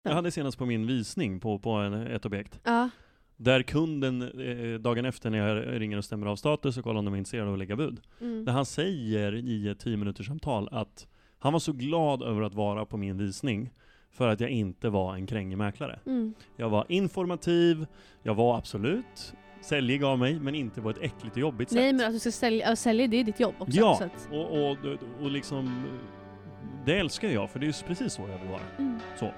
Jag hade senast på min visning på ett objekt. Ja. Där kunden dagen efter när jag ringer och stämmer av status och kollar om de är intresserade av att lägga bud. Där han säger i ett 10-minuters samtal att han var så glad över att vara på min visning för att jag inte var en krängig mäklare. Jag var informativ, jag var absolut säljig av mig, men inte på ett äckligt och jobbigt sätt. Nej, men att du ska sälja, det är ditt jobb också. Ja, så att... och liksom det älskar jag, för det är ju precis så jag vill vara. Så.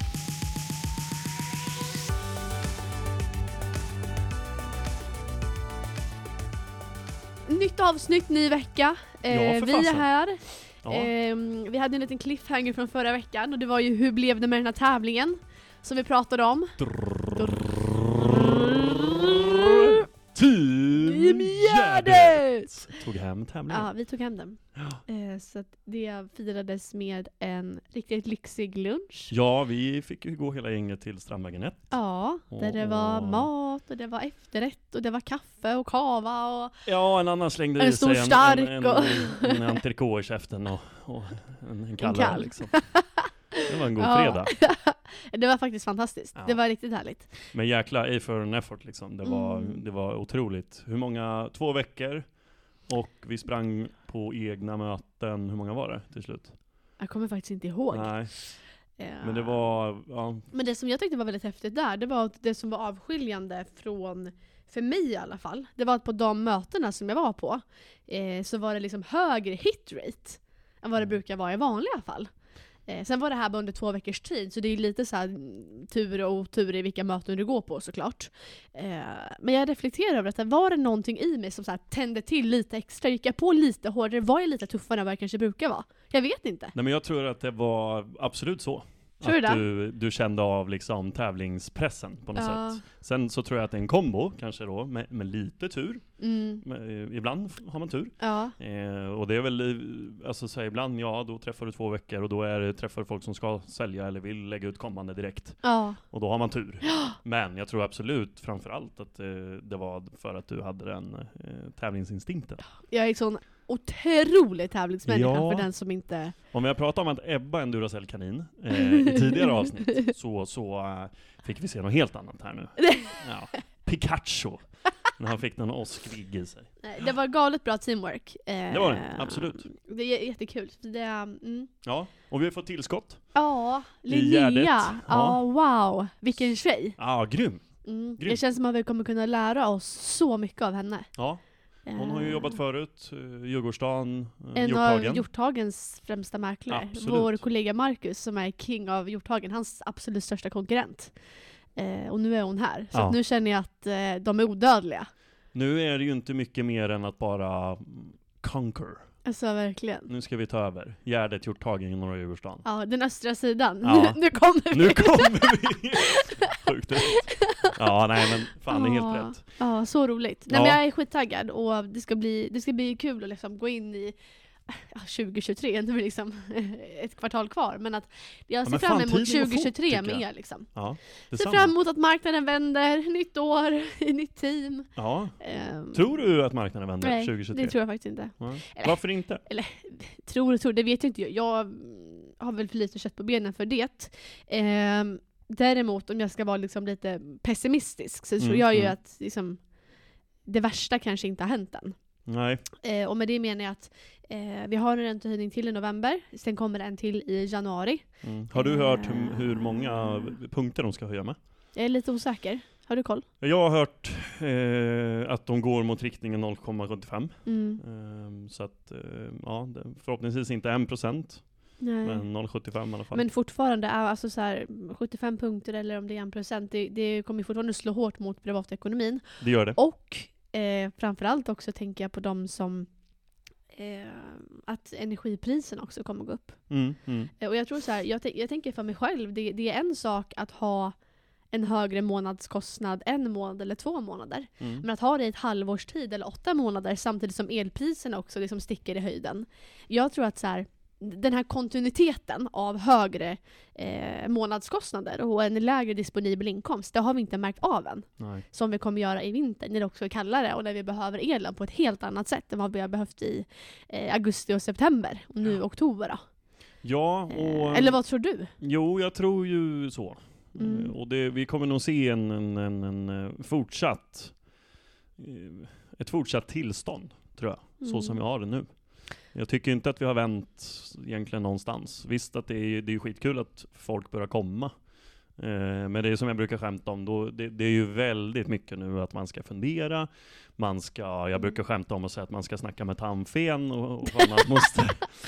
Nytt avsnitt, ny vecka. Vi är här. Ja. Vi hade en liten cliffhanger från förra veckan och det var ju hur blev det med den här tävlingen som vi pratade om. Team Gärdet tog hem tävlingen. Ja, vi tog hem den. Så att det firades med en riktigt lyxig lunch. Ja, vi fick ju gå hela gänget till Strandvägen 1. Ja, där det var mat och det var efterrätt och det var kaffe och kava och... Ja, en annan slängde en i stor sig stark en entrecote i käften och en kall. Liksom. Det var en god fredag. Det var faktiskt fantastiskt. Ja. Det var riktigt härligt. Men jäkla A for an effort liksom. Det var otroligt. Hur många? 2 veckor. Och vi sprang på egna möten. Hur många var det till slut? Jag kommer faktiskt inte ihåg. Nej. Men det var... Ja. Men det som jag tyckte var väldigt häftigt där, det var att det som var avskiljande från, för mig i alla fall, det var att på de mötena som jag var på så var det liksom högre hitrate än vad det brukar vara i vanliga fall. Sen var det här bara under 2 veckors tid, så det är lite så här tur och otur i vilka möten du går på såklart. Men jag reflekterar över att var det någonting i mig som så här tände till lite extra, gick jag på lite hårdare, var jag lite tuffare än vad jag kanske brukar vara? Jag vet inte. Nej, men jag tror att det var absolut så. Tror du att du kände av liksom tävlingspressen på något sätt. Sen så tror jag att det är en kombo kanske då med lite tur. Ibland har man tur. Ja. Och det är väl alltså så här, ibland då träffar du 2 veckor och då träffar du folk som ska sälja eller vill lägga ut kommande direkt. Ja. Och då har man tur. Men jag tror absolut framförallt att det var för att du hade den tävlingsinstinkten. Jag är sån otrolig tävlingsmänniska för den som inte... Om jag pratar om att Ebba en Duracell-kanin i tidigare avsnitt så fick vi se något helt annat här nu. Ja. Pikachu. När han fick någon åskvigg i sig. Det var galet bra teamwork. Det var det, absolut. Det är jättekul. Ja, och vi har fått tillskott. Ja, Linnea. Ja, wow. Vilken tjej. Ja, grym. Det känns som att vi kommer kunna lära oss så mycket av henne. Ja. Hon har ju jobbat förut, Djurgårdsstaden, en Hjorthagen. Av Hjorthagens främsta mäklare. Absolut. Vår kollega Marcus som är king av Hjorthagen, hans absolut största konkurrent. Och nu är hon här. Så att nu känner jag att de är odödliga. Nu är det ju inte mycket mer än att bara conquer. Alltså verkligen. Nu ska vi ta över. Gärdet, Hjorthagen i norra Djurgårdsstaden. Ja, den östra sidan. Ja. Nu kommer vi. Nu kommer vi. Sjukt ut. Ja, nej men fan, det är helt rätt. Ja, så roligt. Nej, men jag är skittaggad och det ska bli kul att liksom gå in i 2023, det är liksom ett kvartal kvar, men att jag ser fram emot 2023 med er liksom. Ja, ser fram emot att marknaden vänder, nytt år, nytt team. Ja. Tror du att marknaden vänder 2023? Nej, det tror jag faktiskt inte. Ja. Varför inte? Eller tror, det vet jag inte. Jag har väl för lite kött på benen för det. Däremot om jag ska vara liksom lite pessimistisk så tror jag ju att liksom, det värsta kanske inte har hänt än. Nej. Och med det menar jag att vi har en räntehöjning till i november. Sen kommer en till i januari. Har du hört hur många punkter de ska höja med? Jag är lite osäker. Har du koll? Jag har hört att de går mot riktningen 0,75. Så att förhoppningsvis inte 1%. Nej. Men 0,75 i alla fall. Men fortfarande är alltså så här 75 punkter eller om det är 1%. Det kommer fortfarande slå hårt mot privatekonomin. Det gör det. Och framförallt också tänker jag på de som att energipriserna också kommer gå upp. Och jag tror så här, jag tänker för mig själv, det är en sak att ha en högre månadskostnad 1 månad eller 2 månader. Men att ha det i ett halvårs tid eller 8 månader samtidigt som elpriserna också liksom sticker i höjden. Jag tror att så här, den här kontinuiteten av högre månadskostnader och en lägre disponibel inkomst, det har vi inte märkt av än. Nej. Som vi kommer göra i vinter när det också är kallare och när vi behöver elen på ett helt annat sätt än vad vi har behövt i augusti och september och nu oktober då. Ja, och... Eller vad tror du? Jo, jag tror ju så. Och vi kommer nog se en fortsatt... Ett fortsatt tillstånd, tror jag. Så som vi har det nu. Jag tycker inte att vi har vänt egentligen någonstans. Visst att det är skitkul att folk börjar komma. Men det är som jag brukar skämta om, det är ju väldigt mycket nu att man ska fundera. Jag brukar skämta om att säga att man ska snacka med tandfen och vad man måste.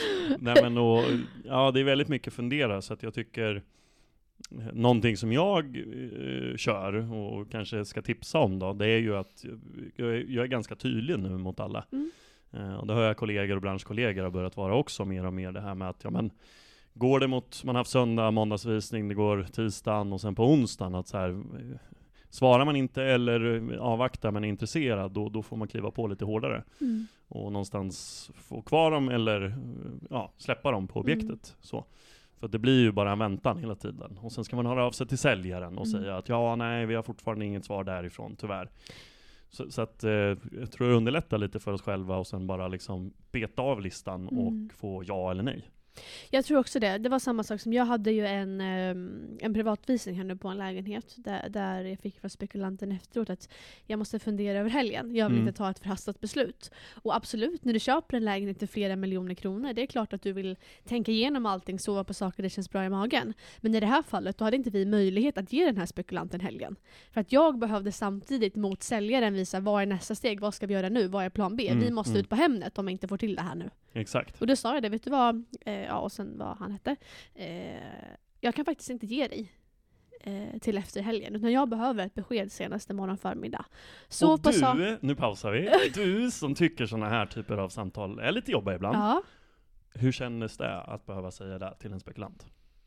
Det är väldigt mycket fundera, så att jag tycker någonting som jag kör och kanske ska tipsa om då, det är ju att jag är ganska tydlig nu mot alla. Och det har jag kollegor och branschkollegor har börjat vara också mer och mer, det här med att går det mot, man har haft söndag, måndagsvisning, det går tisdagen och sen på onsdagen, att så här, svarar man inte eller avvaktar men är intresserad, då får man kliva på lite hårdare. Och någonstans få kvar dem eller släppa dem på objektet. Så. För det blir ju bara en väntan hela tiden. Och sen ska man höra av sig till säljaren och säga att vi har fortfarande inget svar därifrån, tyvärr. Så att jag tror det underlättar lite för oss själva och sen bara liksom beta av listan och få ja eller nej. Jag tror också det. Det var samma sak som jag hade ju en privatvisning här nu på en lägenhet där jag fick från spekulanten efteråt att jag måste fundera över helgen. Jag vill inte ta ett förhastat beslut. Och absolut, när du köper en lägenhet till flera miljoner kronor, det är klart att du vill tänka igenom allting, sova på saker det känns bra i magen. Men i det här fallet, då hade inte vi möjlighet att ge den här spekulanten helgen. För att jag behövde samtidigt mot säljaren visa vad är nästa steg, vad ska vi göra nu, vad är plan B? Vi måste ut på Hemnet om vi inte får till det här nu. Exakt. Och då sa jag det, vet du vad? Och sen vad han hette. Jag kan faktiskt inte ge dig till efter helgen, utan jag behöver ett besked senast imorgon förmiddag. Så och nu pausar vi. Du som tycker såna här typer av samtal är lite jobbiga ibland. Ja. Hur kändes det att behöva säga det till en spekulant?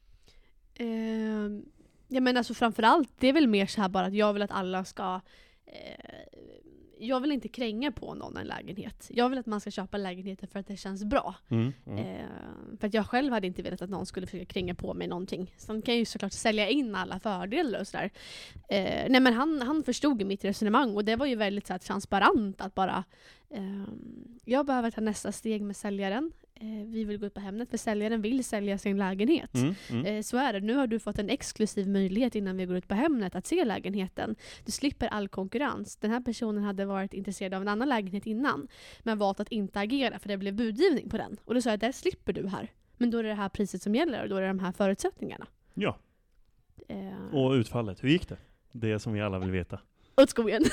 Men alltså framförallt, det är väl mer så här bara att jag vill att alla ska... jag vill inte kränga på någon en lägenhet. Jag vill att man ska köpa lägenheter för att det känns bra. För att jag själv hade inte velat att någon skulle försöka kränga på mig någonting. Sen kan jag ju såklart sälja in alla fördelar och sådär. Nej, men han förstod ju mitt resonemang och det var ju väldigt så här, transparent att bara jag behöver ta nästa steg med säljaren. Vi vill gå ut på Hemnet för säljaren vill sälja sin lägenhet. Så är det. Nu har du fått en exklusiv möjlighet innan vi går ut på Hemnet att se lägenheten. Du slipper all konkurrens. Den här personen hade varit intresserad av en annan lägenhet innan, men valt att inte agera för det blev budgivning på den. Och då sa jag, där slipper du här. Men då är det här priset som gäller och då är det de här förutsättningarna. Ja. Och utfallet, hur gick det? Det som vi alla vill veta. Åt skogen.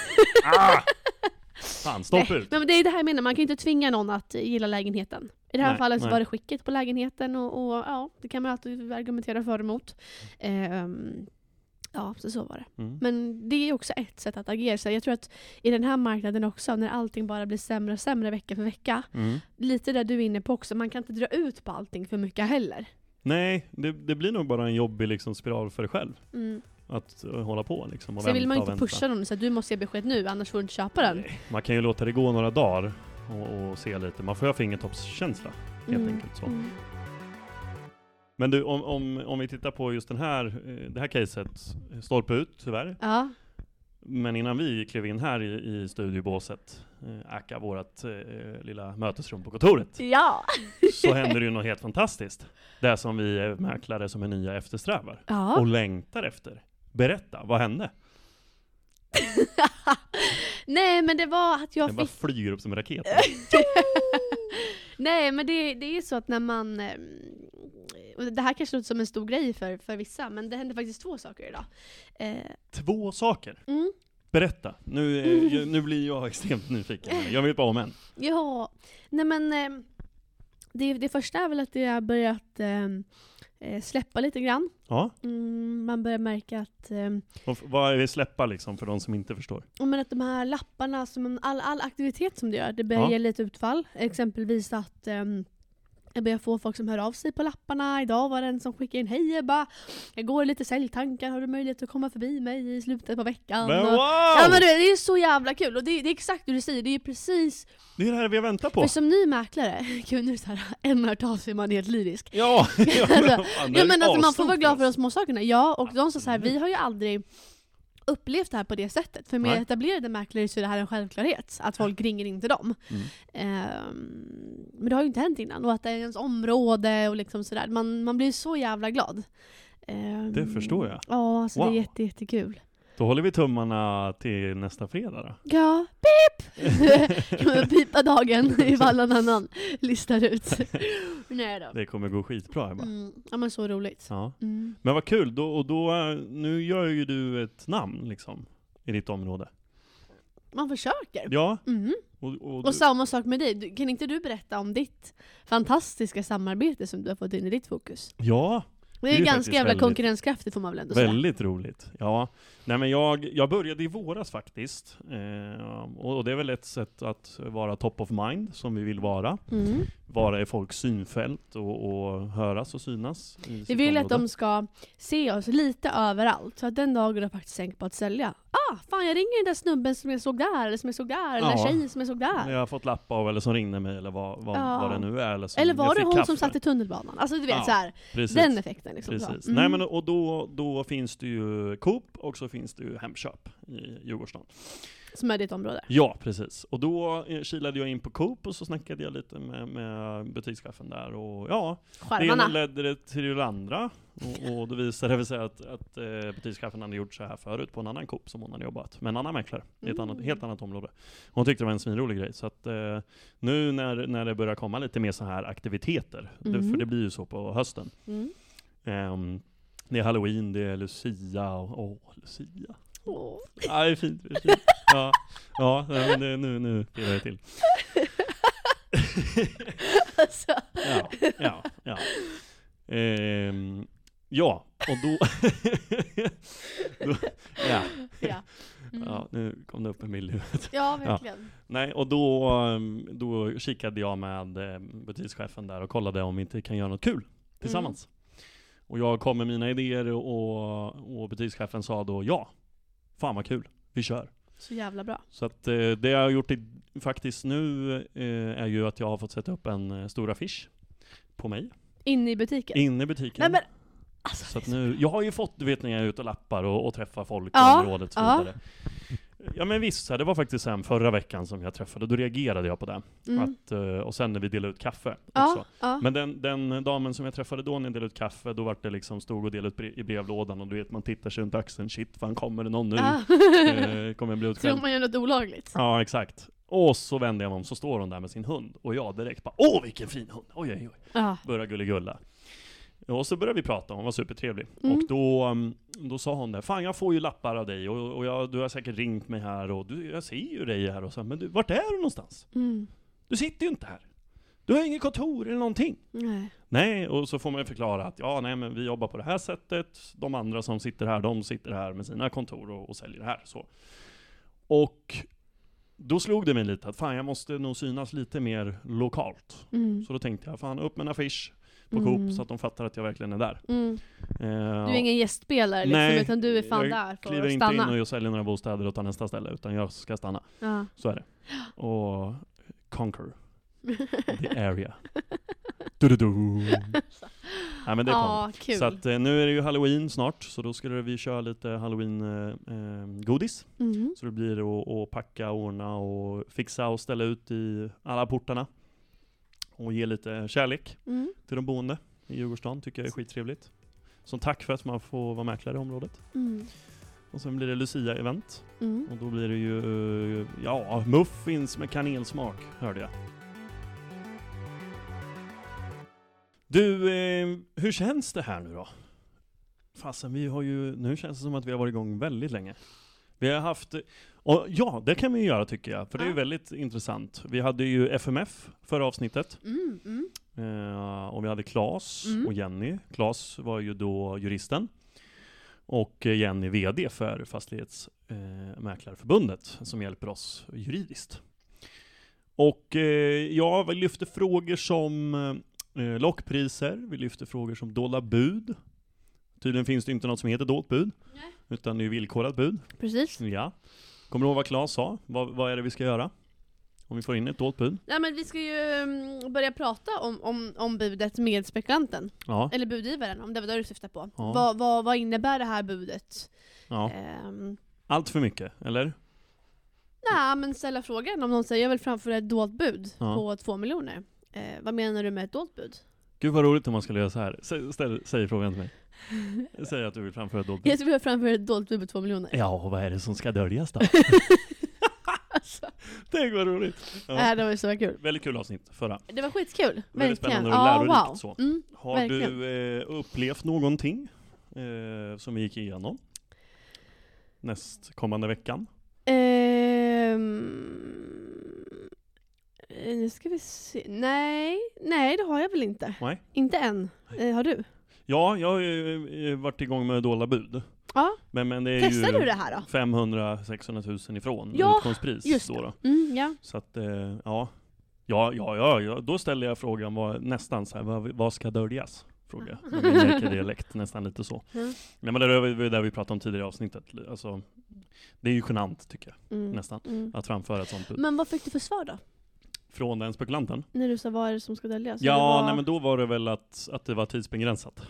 Fan, stopp ut. Men det är det här jag menar, man kan inte tvinga någon att gilla lägenheten. I det här fallet så var det skicket på lägenheten och det kan man alltid argumentera för och emot. Så var det. Men det är också ett sätt att agera. Så jag tror att i den här marknaden också, när allting bara blir sämre och sämre vecka för vecka, lite där du är inne på också, man kan inte dra ut på allting för mycket heller. Nej, det blir nog bara en jobbig liksom, spiral för dig själv. Att hålla på liksom, och så vill man inte pusha någon så att du måste ge besked nu, annars får du inte köpa den. Nej, man kan ju låta det gå några dagar och se lite. Man får ha fingertoppskänsla helt enkelt så. Men du, om vi tittar på just det här caset, stolpe ut tyvärr. Ja. Men innan vi klev in här i studiobåset, äka vårat lilla mötesrum på kontoret. Ja. Så händer det ju något helt fantastiskt. Det som vi mäklare som är nya eftersträvar. Ja. Och längtar efter. Berätta, vad hände? Nej, men det var att jag bara flyger upp som en raket. Nej, men det är så att när man... Det här kanske låter som en stor grej för vissa, men det hände faktiskt 2 saker idag. 2 saker? Berätta. Nu blir jag extremt nyfiken. Jag vet bara om en. Ja, nej men... Det första är väl att det har börjat släppa lite grann. Ja. Man börjar märka att... vad är det släppa liksom för de som inte förstår? Men att de här lapparna, som all aktivitet som du gör, det börjar ge lite utfall. Exempelvis att jag börjar få folk som hör av sig på lapparna. Idag var det en som skickade in, hej Ebba, jag går lite säljtankar, har du möjlighet att komma förbi mig i slutet på veckan? Men wow! Ja, men det är så jävla kul. Och det är exakt det du säger, det är precis... Det är det här vi har väntat på. För som ny mäklare, gud nu så här, en hört av sig, man är helt lyrisk. Ja, men alltså, man får vara glad för de små sakerna. Ja, och de sa så här, vi har ju aldrig upplevt det här på det sättet. För med etablerade mäklare så är det här en självklarhet. Att folk ringer in till dem. Men det har ju inte hänt innan. Och att det är ens område och liksom sådär. Man blir så jävla glad. Det förstår jag. Ja, så det är jättekul. Då håller vi tummarna till nästa fredag då. Ja, pip! Kan man pipa dagen ifall någon annan listar ut. Nej då. Det kommer gå skitbra. Bara. Ja, men så roligt. Ja. Men vad kul, nu gör ju du ett namn liksom i ditt område. Man försöker. Ja. Och samma sak med dig. Kan inte du berätta om ditt fantastiska samarbete som du har fått in i ditt fokus? Ja. Det är ganska jävla konkurrenskraftigt får man väl ändå säga. Väldigt roligt. Ja. Nej, men jag började i våras faktiskt. Och det är väl ett sätt att vara top of mind som vi vill vara. Vara i folks synfält och höras och synas. Vi vill att de ska se oss lite överallt. Så att den dagen de faktiskt tänker på att sälja. Fan jag ringer den där snubben som jag såg där. Eller som jag såg där. Eller tjejen som jag såg där. Jag har fått lappa av eller som ringde mig. Eller vad det nu är. Eller var det hon kaffe som satt i tunnelbanan? Alltså du vet så här. Den effekten liksom. Precis. Nej, men, och då finns det ju Coop och så finns det ju Hemköp i Djurgårdsstaden. Som är ditt område? Ja, precis. Och då kilade jag in på Coop och så snackade jag lite med butikschefen där. Och det ena ledde det till det andra. Och då visade det sig att butikschefen hade gjort så här förut på en annan Coop som hon hade jobbat med en annan mäklare i ett helt annat område. Hon tyckte det var en svinrolig grej. Så att nu när det börjar komma lite mer så här aktiviteter, för det blir ju så på hösten. Det är Halloween, det är Lucia och Lucia. Det är fint. Ja, men nu blir det till. Alltså. Ja, och då ja, nu kom det upp en bild i huvudet. Ja, verkligen. Ja. Nej, och då kikade jag med butikschefen där och kollade om vi inte kan göra något kul tillsammans. Och jag kom med mina idéer och butikschefen sa då fan vad kul, vi kör. Så jävla bra. Så att det jag har gjort faktiskt nu är ju att jag har fått sätta upp en stor affisch på mig. Inne i butiken? Inne i butiken. Nej, men, alltså, så att nu, jag har ju fått, du vet när jag är ute och lappar och träffar folk i området och så vidare. Ja men visst, det var faktiskt sen förra veckan som jag träffade, då reagerade jag på det. Och sen när vi delade ut kaffe också. Men den damen som jag träffade då när jag delade ut kaffe, då var det liksom stod och delade ut i brevlådan och du vet man tittar sig runt axeln, shit fan kommer det någon nu? Kommer jag bli utklädd? Tror man gör något olagligt? Ja exakt. Och så vände jag mig om, så står hon där med sin hund och jag direkt bara, vilken fin hund, oj. Börjar gulligulla. Och så började vi prata, hon var supertrevlig. Och då sa hon där, fan jag får ju lappar av dig och du har säkert ringt mig här och jag ser ju dig här och så, men du, vart är du någonstans? Du sitter ju inte här. Du har inget kontor eller någonting. Nej, och så får man förklara att men vi jobbar på det här sättet. De andra som sitter här, de sitter här med sina kontor och säljer det här. Så. Och då slog det mig lite att fan jag måste nog synas lite mer lokalt. Så då tänkte jag, fan upp med en affisch på Coop så att de fattar att jag verkligen är där. Du är ingen gästspelare liksom, utan du är fan där för att stanna. Jag kliver inte in och säljer några bostäder och tar nästa ställe, utan jag ska stanna. Så är det. Och conquer the area. Ja, men det kom. Kul. Så att nu är det ju Halloween snart, så då skulle vi köra lite Halloween-godis. Så det blir att packa, ordna och fixa och ställa ut i alla portarna. Och ge lite kärlek till de boende i Djurgårdsstaden, tycker jag är skittrevligt. Som tack för att man får vara mäklare i området. Och sen blir det Lucia-event. Och då blir det ju muffins med kanelsmak, hörde jag. Du, hur känns det här nu då? Fasen, nu känns det som att vi har varit igång väldigt länge. Vi har haft, och det kan vi göra tycker jag, för det är ju väldigt intressant. Vi hade ju FMF förra avsnittet. Och vi hade Claes och Jenny. Claes var ju då juristen. Och Jenny vd för Fastighetsmäklarförbundet som hjälper oss juridiskt. Och jag lyfter frågor som lockpriser, vi lyfter frågor som dolda bud. Tydligen finns det inte något som heter dolt bud. Nej. Utan det är villkorat bud. Precis. Ja. Kommer du ihåg vad Claes sa? Vad är det vi ska göra? Om vi får in ett dolt bud? Ja, men vi ska ju börja prata om budet med spekulanten. Ja. Eller budgivaren, om det var det du syftar på. Ja. Vad innebär det här budet? Ja. Allt för mycket, eller? Nej, men ställa frågan. Om någon säger jag vill framföra ett dolt bud på 2 miljoner. Vad menar du med ett dolt bud? Gud vad roligt om man skulle göra så här. Säg frågan till mig. Säg att du vill framföra ett dolt bud. Jag vill framföra ett dolt bud på 2 miljoner. Ja, vad är det som ska döljas då? Alltså. Tänk vad roligt. Ja. Det var så kul. Väldigt kul avsnitt förra. Det var skitkul. Väldigt spännande och lärorikt så. Har verkligen. du upplevt någonting som vi gick igenom nästkommande veckan? Nu ska vi se. Nej, det har jag väl inte. Nej. Inte än. Har du? Ja, jag har varit igång med dolda bud. Ja. Men det är Testar ju du det här då? 500-600 000 ifrån utgångspris. Just det. Då. Ja. Så att, ja. Då ställer jag frågan nästan så här, vad ska döljas? Fråga. Med min dialekt, nästan lite så. Nej, men det är det vi pratade om tidigare i avsnittet. Alltså, det är ju genant tycker jag, nästan, att framföra ett sånt bud. Men vad fick du för svar då? Från den spekulanten? När du sa vad är det som ska döljas? Ja, nej, men då var det väl att det var tidsbegränsat.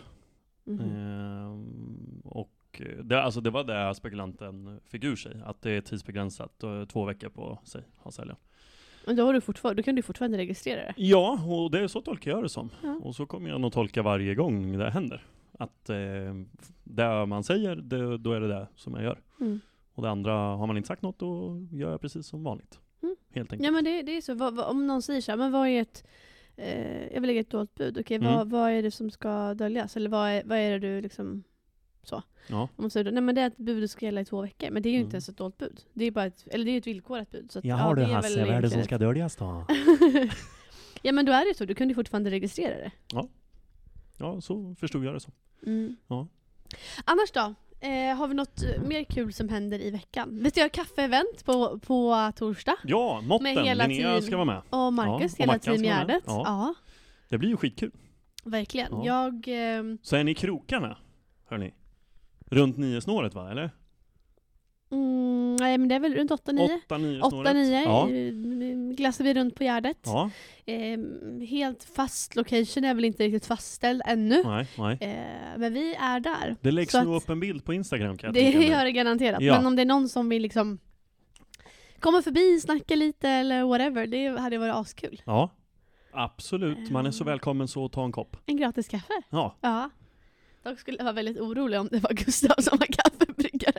Och det var det spekulanten fick ur sig. Att det är tidsbegränsat och 2 veckor på sig att sälja. Men då kan du fortfarande registrera det? Ja, och det är så tolkar jag det som. Ja. Och så kommer jag nog tolka varje gång det händer. Att det man säger, då är det som jag gör. Och det andra, har man inte sagt något, då gör jag precis som vanligt. Helt enkelt. Ja, men det är så. Om någon säger så här, men vad är ett... jag vill lägga ett dolt bud. Okej, vad är det som ska döljas? Eller vad är det du liksom... Så. Ja. Om man säger, nej men det är att budet ska gälla i 2 veckor. Men det är ju inte ens ett dolt bud. Det är bara det är ett villkorat bud. Så att, Jaha, du Hasse, vad är det som ska döljas då? Ja, men då är det så. Du kunde ju fortfarande registrera det. Ja, så förstod jag det så. Ja. Annars då? Har vi något mer kul som händer i veckan? Vi ska göra kaffe-event på torsdag. Ja, Motten, Linnea ska vara med. Och Marcus, hela Team Gärdet. Ja. Det blir ju skitkul. Verkligen. Ja. Så är ni i krokarna, hörni? Runt 9-snåret, va? Eller? Nej, men det är väl runt 8-9. 8-9 8-9 glassar vi runt på Gärdet. Ja. Helt fast location är väl inte riktigt fastställd ännu. Nej. Men vi är där. Det läggs nog upp en bild på Instagram, kan jag det tänka gör det garanterat. Ja. Men om det är någon som vill liksom komma förbi, snacka lite eller whatever, det hade varit askul. Ja, absolut. Man är så välkommen så att ta en kopp. En gratis kaffe. Ja. Jag skulle vara väldigt orolig om det var Gustav som var kaffebryggare.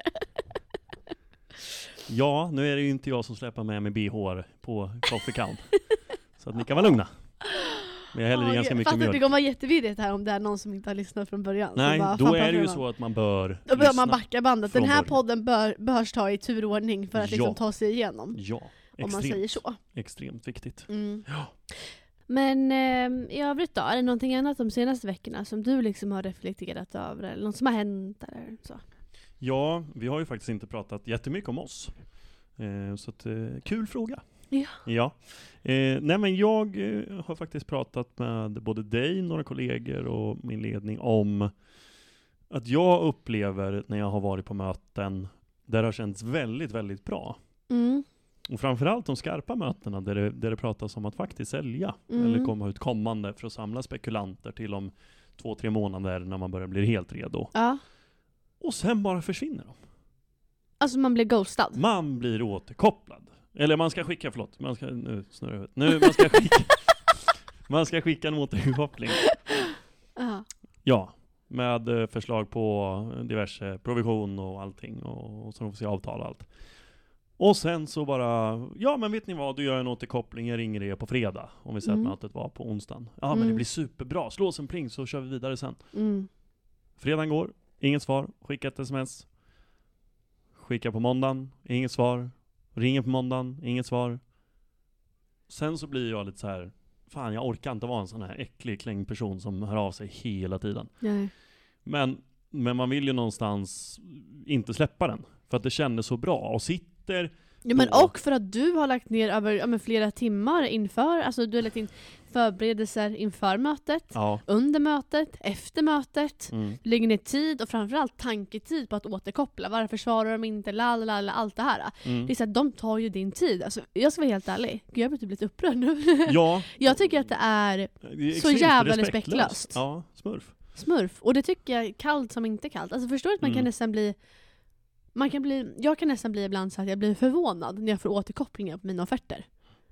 Ja, nu är det ju inte jag som släpper med BH på Coffee Count. Så att ni kan vara lugna. Men jag häller i ganska mycket mjölk. Det kommer vara jättevidrigt här om det är någon som inte har lyssnat från början. Nej, då är det ju så att man bör då bör man backa bandet. Den här början. podden börs ta i turordning för att liksom ta sig igenom. Ja, om man säger så. Extremt viktigt. Ja. Men i övrigt då, är det någonting annat de senaste veckorna som du liksom har reflekterat över? Eller något som har hänt eller så? Ja, vi har ju faktiskt inte pratat jättemycket om oss. Så att, kul fråga. Ja. Nej, men jag har faktiskt pratat med både dig, några kollegor och min ledning om att jag upplever när jag har varit på möten där det har känts väldigt, väldigt bra. Och framförallt de skarpa mötena där det pratas om att faktiskt sälja eller komma ut kommande för att samla spekulanter till om 2-3 månader när man börjar bli helt redo. Ja. Och sen bara försvinner de. Alltså man blir ghostad. Man blir återkopplad. Eller man ska skicka, man ska skicka en återkoppling. Ja, med förslag på diverse provision och allting och så de får se avtal och allt. Och sen så bara, ja men vet ni vad, du gör en återkoppling, jag ringer er på fredag om vi säger att mötet var på onsdagen. Ja men det blir superbra, slå oss en pling så kör vi vidare sen. Fredagen går, inget svar, skicka ett sms. Skicka på måndagen, inget svar. Ringer på måndagen, inget svar. Sen så blir jag lite så här, fan jag orkar inte vara en sån här äcklig klängperson som hör av sig hela tiden. Nej. Men man vill ju någonstans inte släppa den. För att det kändes så bra. Och sitter... Ja, men och för att du har lagt ner över flera timmar inför, alltså du har lagt in förberedelser inför mötet, under mötet, efter mötet, lägger ner tid och framförallt tanketid på att återkoppla. Varför svarar de inte, allt det här. Det är så att de tar ju din tid. Alltså, jag ska vara helt ärlig, jag har blivit upprörd nu. Ja. Jag tycker att det är så jävla respektlöst. Ja, smurf. Och det tycker jag kallt som inte kallt. Alltså förstår att man kan nästan bli jag kan nästan bli ibland så att jag blir förvånad när jag får återkopplingar på mina offerter.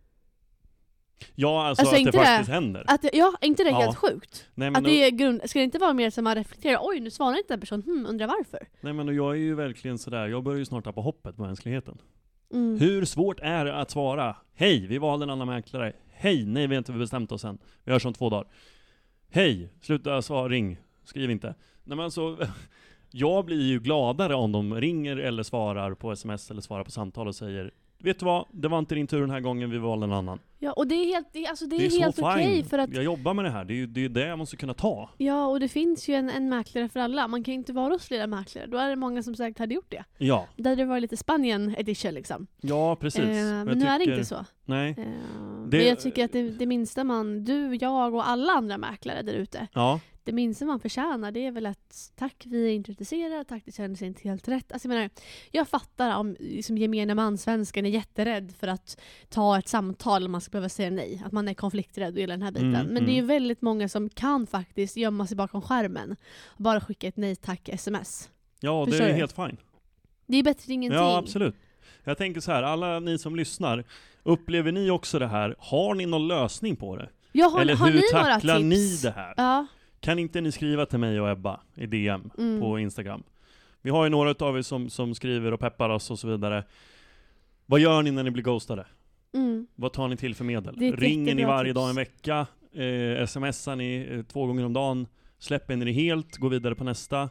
Ja, alltså att det faktiskt händer. Är inte det helt sjukt? Nej, att det är ska det inte vara mer som man reflekterar, oj nu svarar inte den personen, undrar varför? Nej men jag är ju verkligen sådär, jag börjar ju snart tappa hoppet på mänskligheten. Mm. Hur svårt är det att svara? Hej, vi valde en annan mäklare. Hej, nej vi har inte bestämt oss än. Vi hörs om 2 dagar. Hej, sluta svara, ring. Skriv inte. Nej men alltså, jag blir ju gladare om de ringer eller svarar på sms eller svarar på samtal och säger, vet du vad, det var inte din tur den här gången, vi valde en annan. Ja, och det är helt okej för att jag jobbar med det här, det är det jag måste kunna ta. Ja, och det finns ju en mäklare för alla. Man kan ju inte vara hos flera mäklare. Då är det många som säkert hade gjort det. Ja. Där hade det varit lite Spanien edition liksom. Ja, precis. Men nu är det inte så. Nej. Men jag tycker att det minsta du, jag och alla andra mäklare där ute. Ja. Det minsta man förtjänar, det är väl att tack, vi är inte intresserade, tack, det känns inte helt rätt. Alltså jag fattar om liksom, gemene man, svensken är jätterädd för att ta ett samtal om man ska behöva säga nej. Att man är konflikträdd och hela den här biten. Men det är ju väldigt många som kan faktiskt gömma sig bakom skärmen och bara skicka ett nej tack sms. Ja, Förstår det är du? helt fine. Det är bättre än ingenting. Ja, absolut. Jag tänker så här, alla ni som lyssnar, upplever ni också det här? Har ni någon lösning på det? Ja, eller har hur ni tacklar några ni tips? det här? Ja. Kan inte ni skriva till mig och Ebba i DM på Instagram? Vi har ju några av er som skriver och peppar oss och så vidare. Vad gör ni när ni blir ghostade? Vad tar ni till för medel? Ringer ni varje dag en vecka? Smsar ni 2 gånger om dagen? Släpper ni det helt? Går vidare på nästa?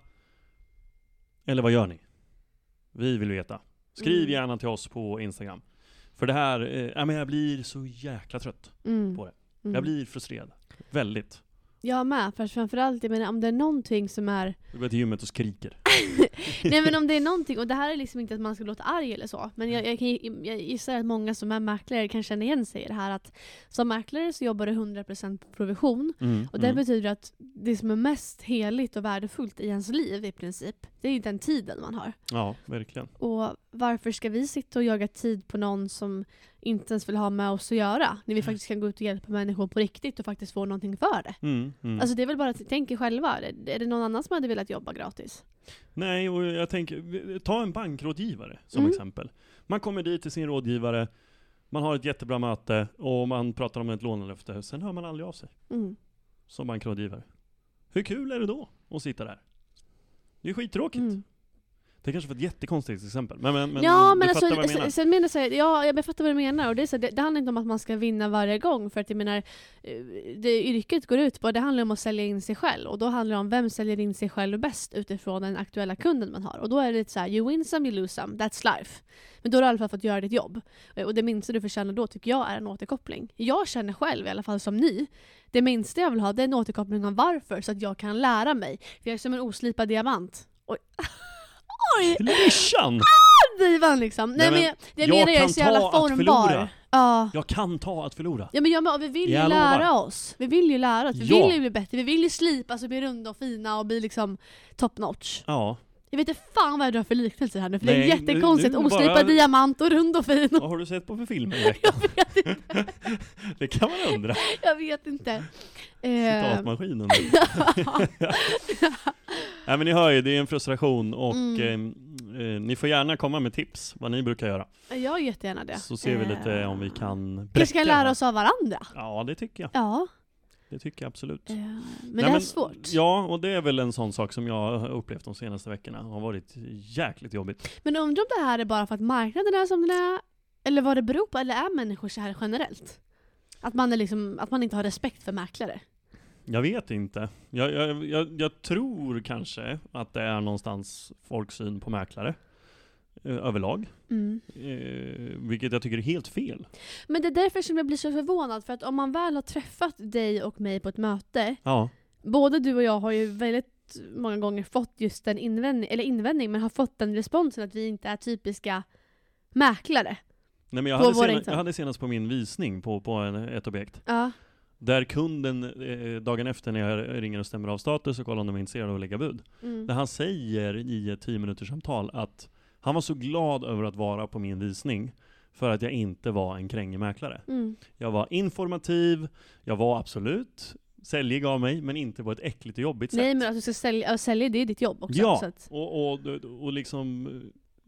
Eller vad gör ni? Vi vill veta. Skriv gärna till oss på Instagram. För det här, jag blir så jäkla trött på det. Jag blir frustrerad. Väldigt. Jag med, för framförallt, jag menar, om det är någonting som är... Du går till gymmet och skriker. Nej, men om det är någonting, och det här är liksom inte att man ska låta arg eller så, men jag gissar att många som är mäklare kan känna igen sig i det här, att som mäklare så jobbar du 100% på provision, och det betyder att det som är mest heligt och värdefullt i ens liv i princip, det är ju den tiden man har. Ja, verkligen. Och varför ska vi sitta och jaga tid på någon som inte ens vill ha med oss att göra, när vi faktiskt kan gå ut och hjälpa människor på riktigt och faktiskt få någonting för det. Alltså det är väl bara att tänka själva. Är det någon annan som hade velat jobba gratis? Nej, och jag tänker, ta en bankrådgivare som exempel. Man kommer dit till sin rådgivare, man har ett jättebra möte och man pratar om ett lånelöfte, sen hör man aldrig av sig som bankrådgivare. Hur kul är det då att sitta där? Det är skittråkigt. Det kanske var ett jättekonstigt exempel. Men ja, men du fattar vad jag menar. Sen menar jag fattar vad du menar. Och det, är så, det handlar inte om att man ska vinna varje gång. För att jag menar, det yrket går ut på, det handlar om att sälja in sig själv. Och då handlar det om vem säljer in sig själv bäst utifrån den aktuella kunden man har. Och då är det lite så här, you win some, you lose some. That's life. Men då har du i alla fall fått göra ditt jobb. Och det minsta du förtjänar då tycker jag är en återkoppling. Jag känner själv, i alla fall som ny, det minsta jag vill ha, det är en återkoppling om varför. Så att jag kan lära mig. För jag är som en oslipad diamant. Oj. Klyschan! Divan liksom. Nej, men jag menar jag är så jävla formbar. Jag kan ta att förlora. Ja, men vi vill ju lära oss. Vi vill ju lära oss. Vi vill ju bli bättre. Vi vill ju slipas och bli runda och fina och bli liksom top notch. Ja. Jag vet inte fan vad jag drar för liknelser här nu. För det är jättekonstigt. Oslipad diamant och rund och fin. Vad har du sett på för filmer? Jag vet inte. Det kan man undra. Jag vet inte. Citatmaskinen. Nej, men ni hör ju, det är en frustration och ni får gärna komma med tips vad ni brukar göra. Jag gör jättegärna det. Så ser vi lite om vi kan Vi ska lära oss av varandra. Ja, det tycker jag. Ja. Det tycker jag absolut. Men det är svårt. Ja, och det är väl en sån sak som jag har upplevt de senaste veckorna. Har varit jäkligt jobbigt. Men undrar om det här är bara för att marknaden är som den är, eller vad det beror på, eller är människor så här generellt? Att man är liksom, att man inte har respekt för mäklare. Jag vet inte. Jag tror kanske att det är någonstans folks syn på mäklare överlag. Vilket jag tycker är helt fel. Men det är därför som jag blir så förvånad. För att om man väl har träffat dig och mig på ett möte, både du och jag har ju väldigt många gånger fått just en invändning, men har fått den responsen att vi inte är typiska mäklare. Nej, men jag hade senast på min visning på ett objekt. Ja. Där kunden dagen efter när jag ringer och stämmer av status och kollar om de är intresserade av att lägga bud. Där han säger i ett 10-minuters samtal att han var så glad över att vara på min visning för att jag inte var en krängig mäklare. Jag var informativ, jag var absolut säljig av mig, men inte på ett äckligt och jobbigt sätt. Nej, men att du ska sälja, det är ditt jobb också. Ja, så att... och liksom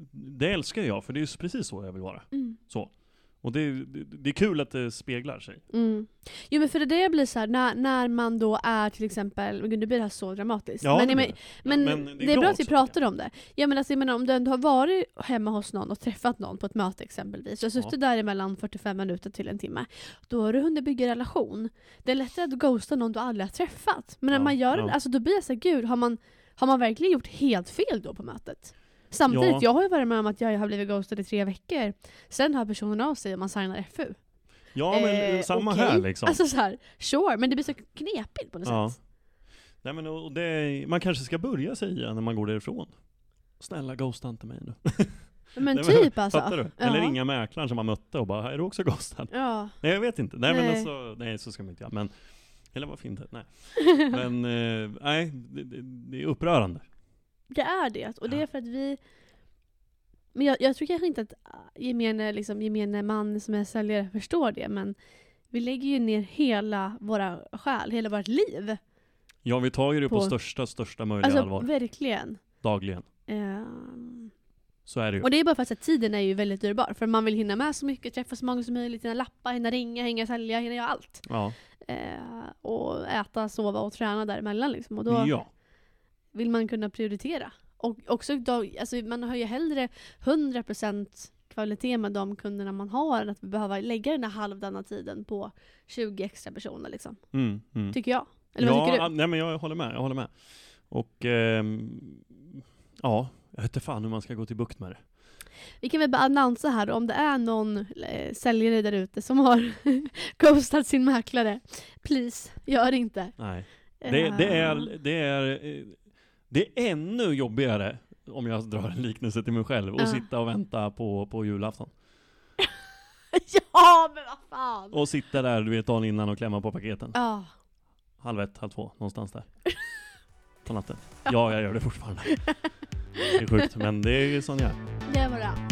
det älskar jag, för det är ju precis så jag vill vara. Så. Och det är kul att det speglar sig. Jo, men för det blir så här, när man då är till exempel, nu blir det här så dramatiskt. Ja, men det är bra att vi pratar om det. Ja, men alltså, jag menar, om du ändå har varit hemma hos någon och träffat någon på ett möte exempelvis, och suttit där mellan 45 minuter till en timme, då har du hunnit bygga relation. Det är lättare att ghosta någon du aldrig har träffat. Men när man gör det, alltså, då blir det så här, gud, har man verkligen gjort helt fel då på mötet? Samtidigt, jag har ju varit med om att jag har blivit ghostad i 3 veckor. Sen har personen av sig och man signar FU. Ja, men samma här liksom. Alltså så här, sure, men det blir så knepigt på något sätt. Nej, men man kanske ska börja säga när man går därifrån. Snälla, ghosta inte mig nu. Men typ alltså. Fattar du? Eller ringa mäklaren som man mötte och bara, är du också ghostad? Ja. Nej, jag vet inte. Nej, men alltså, nej, så ska man inte göra. Men, eller vad fint, nej. Men, nej, det är upprörande. Det är det. Och det är för att vi... Men jag tror kanske inte att gemene man som är säljare förstår det. Men vi lägger ju ner hela våra själ, hela vårt liv. Ja, vi tar ju det på största möjliga allvar. Alltså, verkligen. Dagligen. Så är det ju. Och det är bara för att tiden är ju väldigt dyrbar. För man vill hinna med så mycket, träffa så många som möjligt, hinna lappa, hinna ringa, hinna sälja, hinna göra allt. Ja. Och äta, sova och träna däremellan liksom. Och då vill man kunna prioritera. Och också alltså man har ju hellre 100% kvalitet med de kunderna man har än att vi behöver lägga den här halvdana tiden på 20 extra personer liksom. Tycker jag. Eller vad tycker du? Nej, men jag håller med. Och jag vet inte fan hur man ska gå till bukt med det. Vi kan väl bara annonsa här om det är någon säljare där ute som har ghostat sin mäklare. Please, gör inte. Nej. Det är ännu jobbigare om jag drar en liknelse till mig själv och sitta och vänta på julafton. Ja, men vad fan! Och sitta där, du vet, dagen innan och klämma på paketen. Ja. 1:30, 2:30, någonstans där. På natten. Ja, jag gör det fortfarande. Det är sjukt, men det är ju sån jag är. Det var det.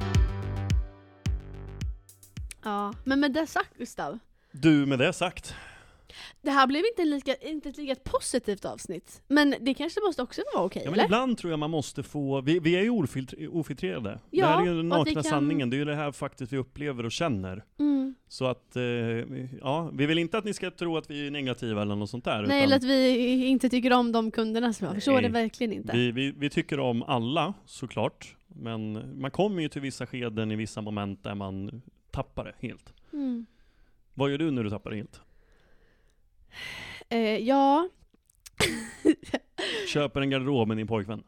Ja, men med det sagt, Gustav. Du, med det sagt. Det här blev inte ett lika positivt avsnitt. Men det kanske måste också vara okej, men eller? Ibland tror jag man måste få... Vi är ju ofiltrerade. Ja, det här är ju den nakna sanningen. Det är ju det här faktiskt vi upplever och känner. Så att, vi vill inte att ni ska tro att vi är negativa eller något sånt där. Nej, eller att vi inte tycker om de kunderna som jag förstår det verkligen inte. Vi tycker om alla, såklart. Men man kommer ju till vissa skeden i vissa moment där man tappar det helt. Vad gör du när du tappar det helt? Ja. Köper en garderob med din pojkvän.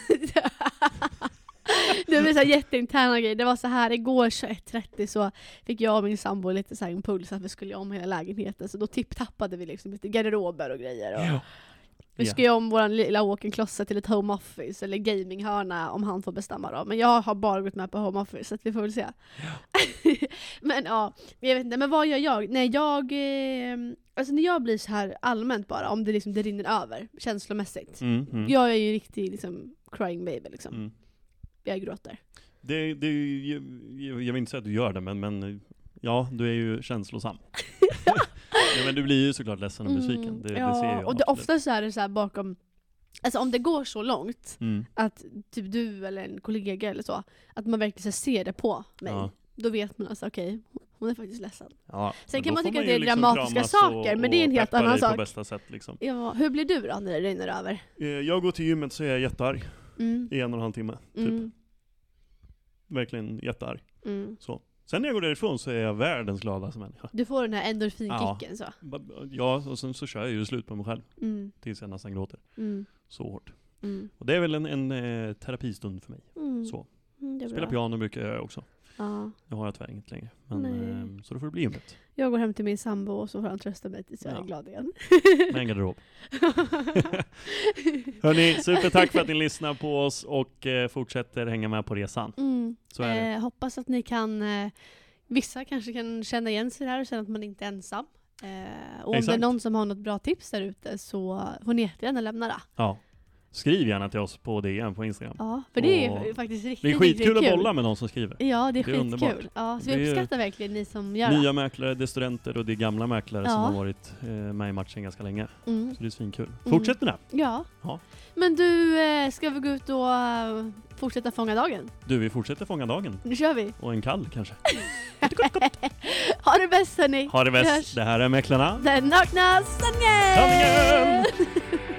Det var så här jätteinterna grejer. Det var så här, igår 21:30 så fick jag och min sambo lite så här impuls att vi skulle om hela lägenheten. Så då tappade vi liksom lite garderober och grejer. Och vi ska ju om våran lilla walk-in-closet till ett home office eller gaminghörna om han får bestämma då. Men jag har bara gått med på home office så att vi får väl se. Men ja, jag vet inte. Men vad gör jag? Nej, alltså när jag blir så här allmänt bara, om det liksom det rinner över känslomässigt. Jag är ju riktigt liksom crying baby liksom. Jag gråter. Jag vill inte säga att du gör det, men ja, du är ju känslosam. Ja, men du blir ju såklart ledsen och besviken. Det ser jag. Och ofta så är det så här bakom, alltså om det går så långt att typ du eller en kollega eller så, att man verkligen ser det på mig. Då vet man alltså okej, hon är faktiskt ledsen. Ja, sen kan man tycka att det är liksom dramatiska saker, men det är en helt annan sak. På bästa sätt, liksom. Ja, hur blir du då när det rinner över? Jag går till gymmet så är jag jättearg. I 1,5 timme, typ. Verkligen jättearg. Så. Sen när jag går därifrån så är jag världens gladaste människa. Du får den här endorfinkicken så. Ja, och sen så kör jag ju slut på mig själv. Tills jag nästan gråter. Så hårt. Och det är väl en terapistund för mig. Så. Spela piano brukar jag också. Nu har jag tyvärr inget längre. Men, så då får det bli gymmet. Jag går hem till min sambo och så får han trösta mig tills jag är glad igen. Med en garderob. Hörrni, supertack för att ni lyssnar på oss och fortsätter hänga med på resan. Så är det. Hoppas att ni kan, vissa kanske kan känna igen sig där och känna att man inte är ensam. Och om det är någon som har något bra tips där ute så får ni jättegärna lämna det. Ja. Skriv gärna till oss på DM på Instagram. Ja, för det är faktiskt riktigt, det är skitkul riktigt att bolla med någon som skriver. Ja, det är skitkul. underbart. Ja, så Det vi är uppskattar verkligen ni som gör det. Nya mäklare, det är studenter och det är gamla mäklare som har varit med i matchen ganska länge. Så det är svinkul. Fortsätt med det. Ja. Men du, ska vi gå ut och fortsätta fånga dagen? Du, vi fortsätter fånga dagen. Nu kör vi. Och en kall kanske. Ha det bäst hörni. Ha det bäst. Det här är Mäklarna. Den nakna sanningen! Sanningen!